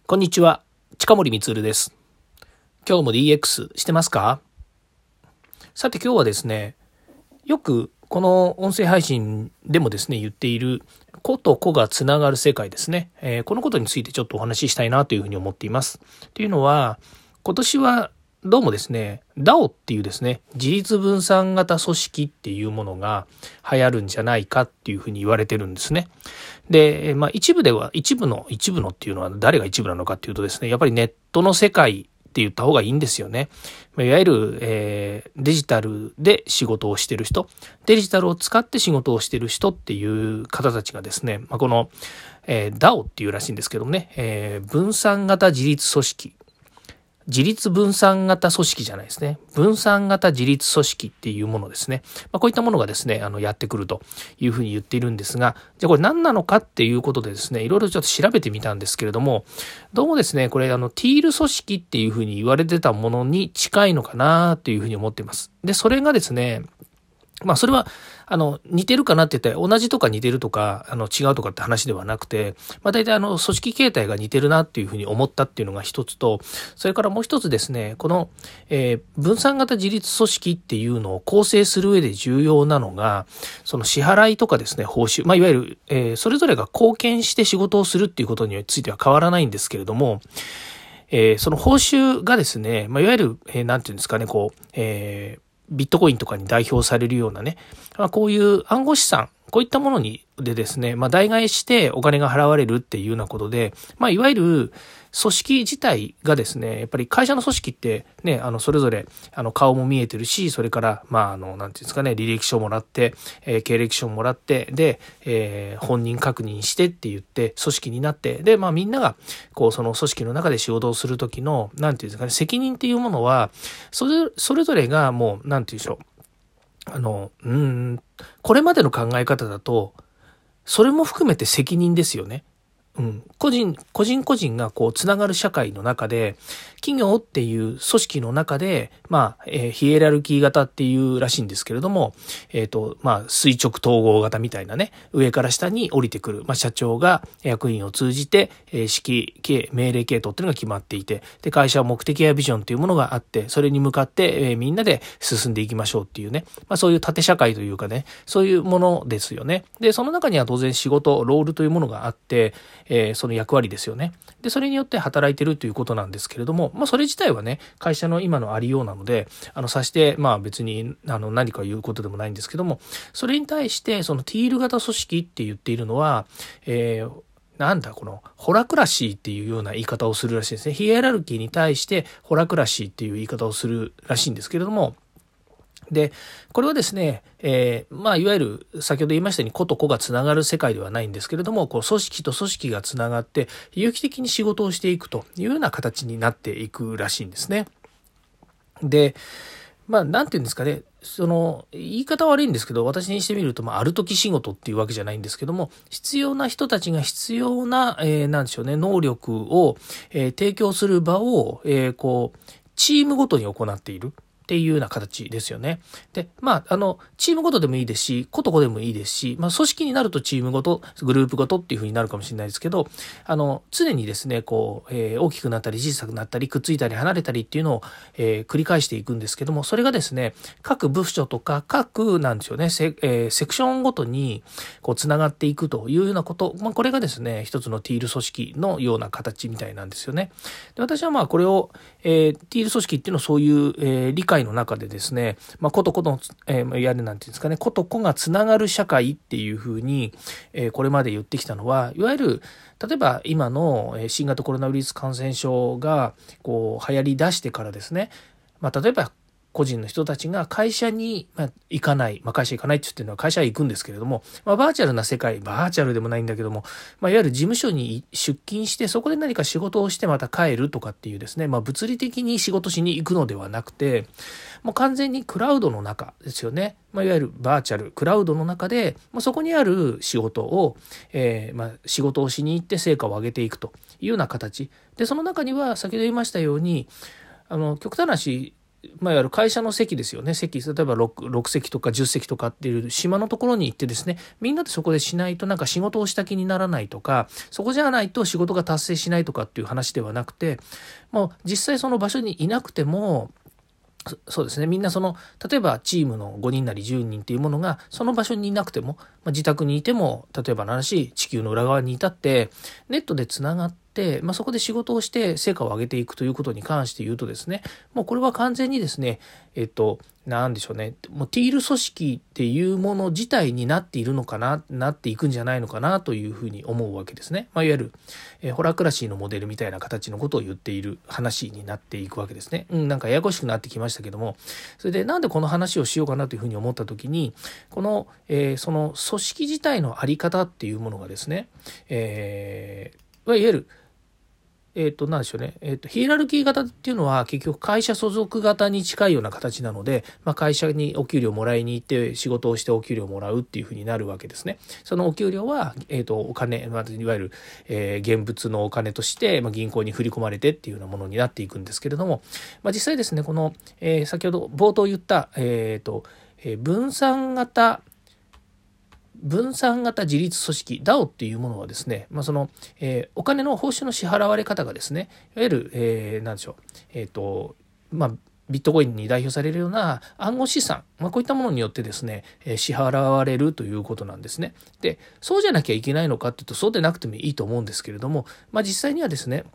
こんにちは、近森光です。今日も DX してますか？さて今日はですね、よくこの音声配信でもですね、言っている個と個がつながる世界ですね。このことについてちょっとお話ししたいなというふうに思っています。というのは、今年はどうもですね、DAO っていうですね、自立分散型組織っていうものが流行るんじゃないかっていうふうに言われてるんですね。で、一部のっていうのは誰が一部なのかっていうとですね、やっぱりネットの世界って言った方がいいんですよね。いわゆる、デジタルで仕事をしてる人、デジタルを使って仕事をしてる人っていう方たちがですね、この、DAO っていうらしいんですけどもね、分散型自立組織。自立分散型組織じゃないですね。分散型自立組織っていうものですね。こういったものがですね、やってくるというふうに言っているんですが、じゃあこれ何なのかっていうことでですね、いろいろちょっと調べてみたんですけれども、どうもですね、これティール組織っていうふうに言われてたものに近いのかなっていうふうに思っています。で、それがですね、それは、似てるかなって言ったら、同じとか似てるとか、違うとかって話ではなくて、大体組織形態が似てるなっていうふうに思ったっていうのが一つと、それからもう一つですね、この、分散型自立組織っていうのを構成する上で重要なのが、その支払いとかですね、報酬、いわゆる、それぞれが貢献して仕事をするっていうことについては変わらないんですけれども、その報酬がですね、いわゆる、なんていうんですかね、ビットコインとかに代表されるようなね、こういう暗号資産、こういったものでですね、代替えしてお金が払われるっていうようなことで、いわゆる組織自体がですね、やっぱり会社の組織ってね、それぞれ顔も見えてるし、それからなんていうんですかね、履歴書もらって、経歴書もらって、で、本人確認してって言って組織になって、で、みんながその組織の中で仕事をする時のなんていうんですかね、責任っていうものはそれぞれがもうなんていうんでしょう、これまでの考え方だとそれも含めて責任ですよね。個人がつながる社会の中で、企業っていう組織の中で、ヒエラルキー型っていうらしいんですけれども、垂直統合型みたいなね、上から下に降りてくる、社長が役員を通じて、指揮命令系統っていうのが決まっていて、で、会社は目的やビジョンというものがあって、それに向かって、みんなで進んでいきましょうっていうね、そういう縦社会というかね、そういうものですよね。で、その中には当然仕事、ロールというものがあって、その役割ですよね。で、それによって働いてるということなんですけれども、それ自体はね、会社の今のありようなので、さして、別に、何か言うことでもないんですけども、それに対して、そのティール型組織って言っているのは、このホラクラシーっていうような言い方をするらしいですね。ヒエラルキーに対してホラクラシーっていう言い方をするらしいんですけれども、で、これはですね、いわゆる先ほど言いましたように個と個がつながる世界ではないんですけれども、組織と組織がつながって有機的に仕事をしていくというような形になっていくらしいんですね。で、なんていうんですかね、その言い方悪いんですけど、私にしてみると、ある時仕事っていうわけじゃないんですけども、必要な人たちが必要な、なんでしょうね、能力を、提供する場を、チームごとに行っている。っていうような形ですよね。で、チームごとでもいいですし、個と個でもいいですし、組織になるとチームごと、グループごとっていう風になるかもしれないですけど、常にですね、大きくなったり小さくなったり、くっついたり離れたりっていうのを、繰り返していくんですけども、それがですね、各部署とか、なんでしょうね、セクションごとに、つながっていくというようなこと、これがですね、一つのティール組織のような形みたいなんですよね。で、私はこれを、ティール組織っていうのをそういう、理解の中でですね、個と個の、やるなんていうんですかね、個と個がつながる社会っていうふうに、これまで言ってきたのは、いわゆる例えば今の新型コロナウイルス感染症が流行り出してからですね、例えば個人の人たちが会社に行かない、会社行かないって言ってるのは会社は行くんですけれども、バーチャルな世界、バーチャルでもないんだけども、いわゆる事務所に出勤してそこで何か仕事をしてまた帰るとかっていうですね、物理的に仕事しに行くのではなくて、もう完全にクラウドの中ですよね。いわゆるバーチャル、クラウドの中で、そこにある仕事を、仕事をしに行って成果を上げていくというような形で、その中には先ほど言いましたように極端な話、 いわゆる会社の席ですよね。席、例えば 6席とか10席とかっていう島のところに行ってですね、みんなでそこでしないとなんか仕事をした気にならないとか、そこじゃないと仕事が達成しないとかっていう話ではなくて、もう実際その場所にいなくても、そうですね。みんな例えばチームの5人なり10人っていうものが、その場所にいなくても、自宅にいても、例えばの話、地球の裏側にいたって、ネットでつながって、そこで仕事をして成果を上げていくということに関して言うとですね、もうこれは完全にですね、なんでしょうね、もうティール組織っていうもの自体になっているのかな、なっていくんじゃないのかなというふうに思うわけですね。いわゆる、ホラークラシーのモデルみたいな形のことを言っている話になっていくわけですね。なんかややこしくなってきましたけども、それでなんでこの話をしようかなというふうに思ったときに、その組織自体のあり方っていうものがですね、いわゆるなんでしょうね。ヒエラルキー型っていうのは結局会社所属型に近いような形なので、会社にお給料もらいに行って仕事をしてお給料もらうっていうふうになるわけですね。そのお給料は、お金、いわゆる、現物のお金として、銀行に振り込まれてっていうようなものになっていくんですけれども、実際ですね、この、先ほど冒頭言った、分散型自立組織 DAO っていうものはですね、お金の報酬の支払われ方がですね、いわゆる、なんでしょう、ビットコインに代表されるような暗号資産、こういったものによってですね、支払われるということなんですね。で、そうじゃなきゃいけないのかっていうと、そうでなくてもいいと思うんですけれども、実際にはですね、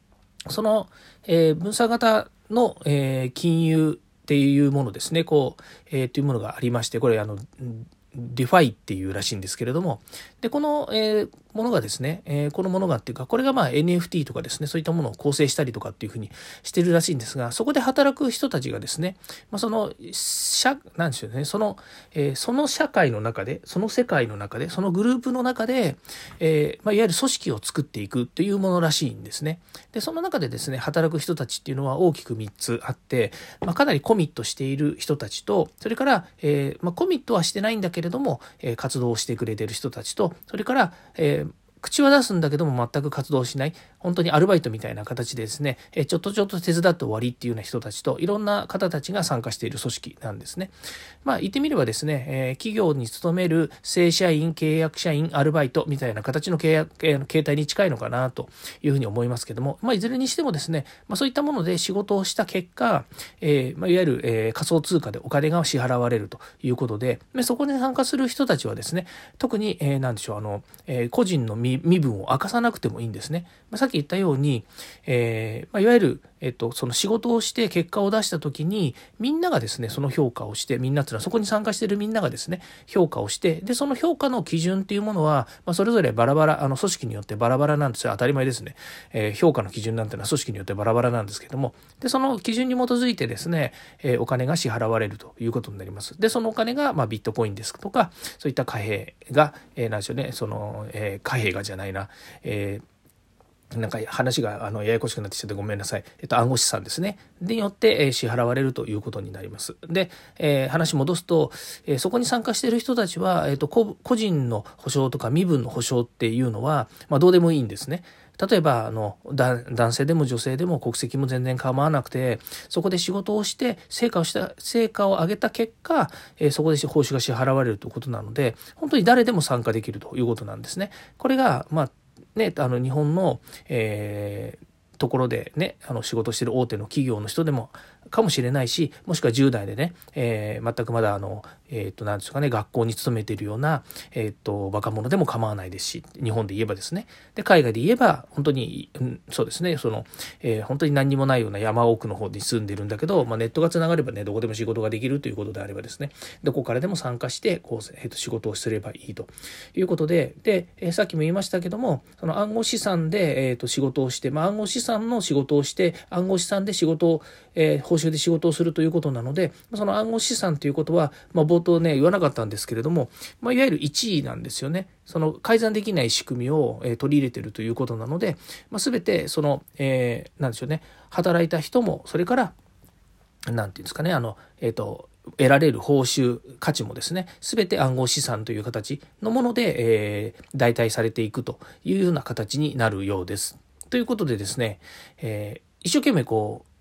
分散型の、金融っていうものですね、というものがありまして、これディファイっていうらしいんですけれども、で、この、ものがですね、このものがっていうか、これがNFT とかですね、そういったものを構成したりとかっていうふうにしてるらしいんですが、そこで働く人たちがですね、なんでしょうね、その社会の中で、その世界の中で、そのグループの中で、いわゆる組織を作っていくというものらしいんですね。で、その中でですね、働く人たちっていうのは大きく3つあって、かなりコミットしている人たちと、それから、コミットはしてないんだけれども、活動をしてくれている人たちと、それから、口は出すんだけども全く活動しない、本当にアルバイトみたいな形でですね、ちょっと手伝って終わりっていうような人たちと、いろんな方たちが参加している組織なんですね。言ってみればですね、企業に勤める正社員、契約社員、アルバイトみたいな形の形態に近いのかなというふうに思いますけども、いずれにしてもですね、そういったもので仕事をした結果、いわゆる、仮想通貨でお金が支払われるということで、そこで参加する人たちはですね、特に、何でしょう、個人の身分を明かさなくてもいいんですね。さっき言ったように、いわゆる、その仕事をして結果を出した時に、みんながですね、その評価をして、みんなっていうのはそこに参加しているみんながですね、評価をして、で、その評価の基準っていうものは、それぞれバラバラ、組織によってバラバラなんですよ。当たり前ですね。評価の基準なんていうのは組織によってバラバラなんですけども、で、その基準に基づいてですね、お金が支払われるということになります。で、そのお金が、ビットコインですとか、そういった貨幣が、なんでしょうね、貨幣がじゃないな、なんか話がややこしくなってきちゃってごめんなさい。暗号資産ですね。によって支払われるということになります。で、話戻すと、そこに参加している人たちは、個人の保証とか身分の保証っていうのは、どうでもいいんですね。例えば、男性でも女性でも国籍も全然構わなくて、そこで仕事をして成果を上げた結果、そこで報酬が支払われるということなので、本当に誰でも参加できるということなんですね。これが、日本の、ところでね、仕事している大手の企業の人でもかもしれないし、もしくは10代でね、全くまだなんですかね、学校に勤めているような、若者でも構わないですし、日本で言えばですね。で、海外で言えば、本当に、そうですね、本当に何にもないような山奥の方に住んでるんだけど、ネットがつながればね、どこでも仕事ができるということであればですね、どこからでも参加して、仕事をすればいいということで、さっきも言いましたけども、その暗号資産で、仕事をして、暗号資産の仕事をして、暗号資産で仕事を、報酬で仕事をするということなので、その暗号資産ということは、冒頭ね、言わなかったんですけれども、いわゆる1位なんですよね。その改ざんできない仕組みを、取り入れているということなので、全てなんでしょうね、働いた人も、それから、なんていうんですかね、得られる報酬、価値もですね、すべて暗号資産という形のもので、代替されていくというような形になるようです。ということでですね、一生懸命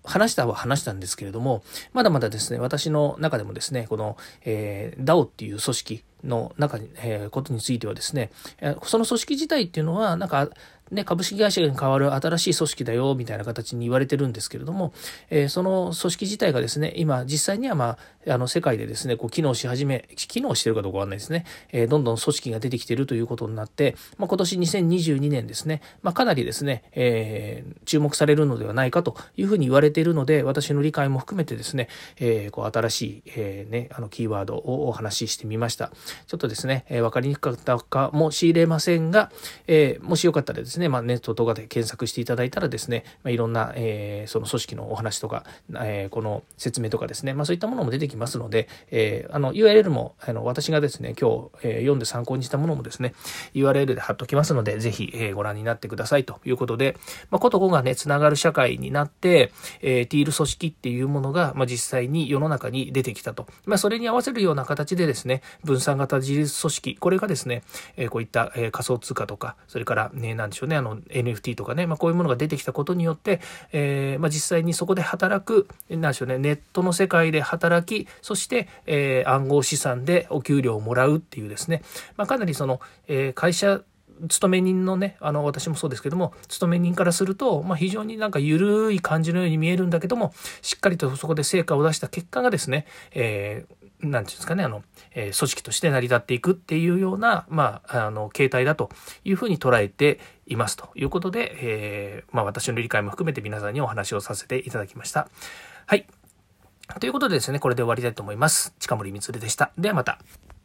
話したんですけれども、まだまだですね、私の中でもですね、この、DAO っていう組織の中に、ことについてはですね、その組織自体っていうのは、なんか、ね、株式会社に代わる新しい組織だよみたいな形に言われてるんですけれども、その組織自体がですね、今実際には世界でですね、こう機能してるかどうかわかんないですね、どんどん組織が出てきているということになって、今年2022年ですね、かなりですね、注目されるのではないかというふうに言われているので、私の理解も含めてですね、こう新しい、キーワードをお話ししてみました。ちょっとですね、分かりにくかったかもしれませんが、もしよかったらですね、ネットとかで検索していただいたらですね、いろんな、その組織のお話とか、この説明とかですね、そういったものも出てきますので、URL も私がですね、今日、読んで参考にしたものもですね、URL で貼っときますので、ぜひ、ご覧になってくださいということで、こと5がね、つながる社会になって、ティール組織っていうものが、実際に世の中に出てきたと。それに合わせるような形でですね、分散型自立組織、これがですね、こういった、仮想通貨とか、それからね、なんでしょうね、NFT とかね、こういうものが出てきたことによって、実際にそこで働く、なんでしょうね、ネットの世界で働き、そして、暗号資産でお給料をもらうっていうですね、かなりその、会社勤め人のね、私もそうですけども、勤め人からすると、非常になんか緩い感じのように見えるんだけども、しっかりとそこで成果を出した結果がですね、なんていうんですかね、組織として成り立っていくっていうような、形態だというふうに捉えていますということで、私の理解も含めて皆さんにお話をさせていただきました。はい。ということでですね、これで終わりたいと思います。近森光でした。ではまた。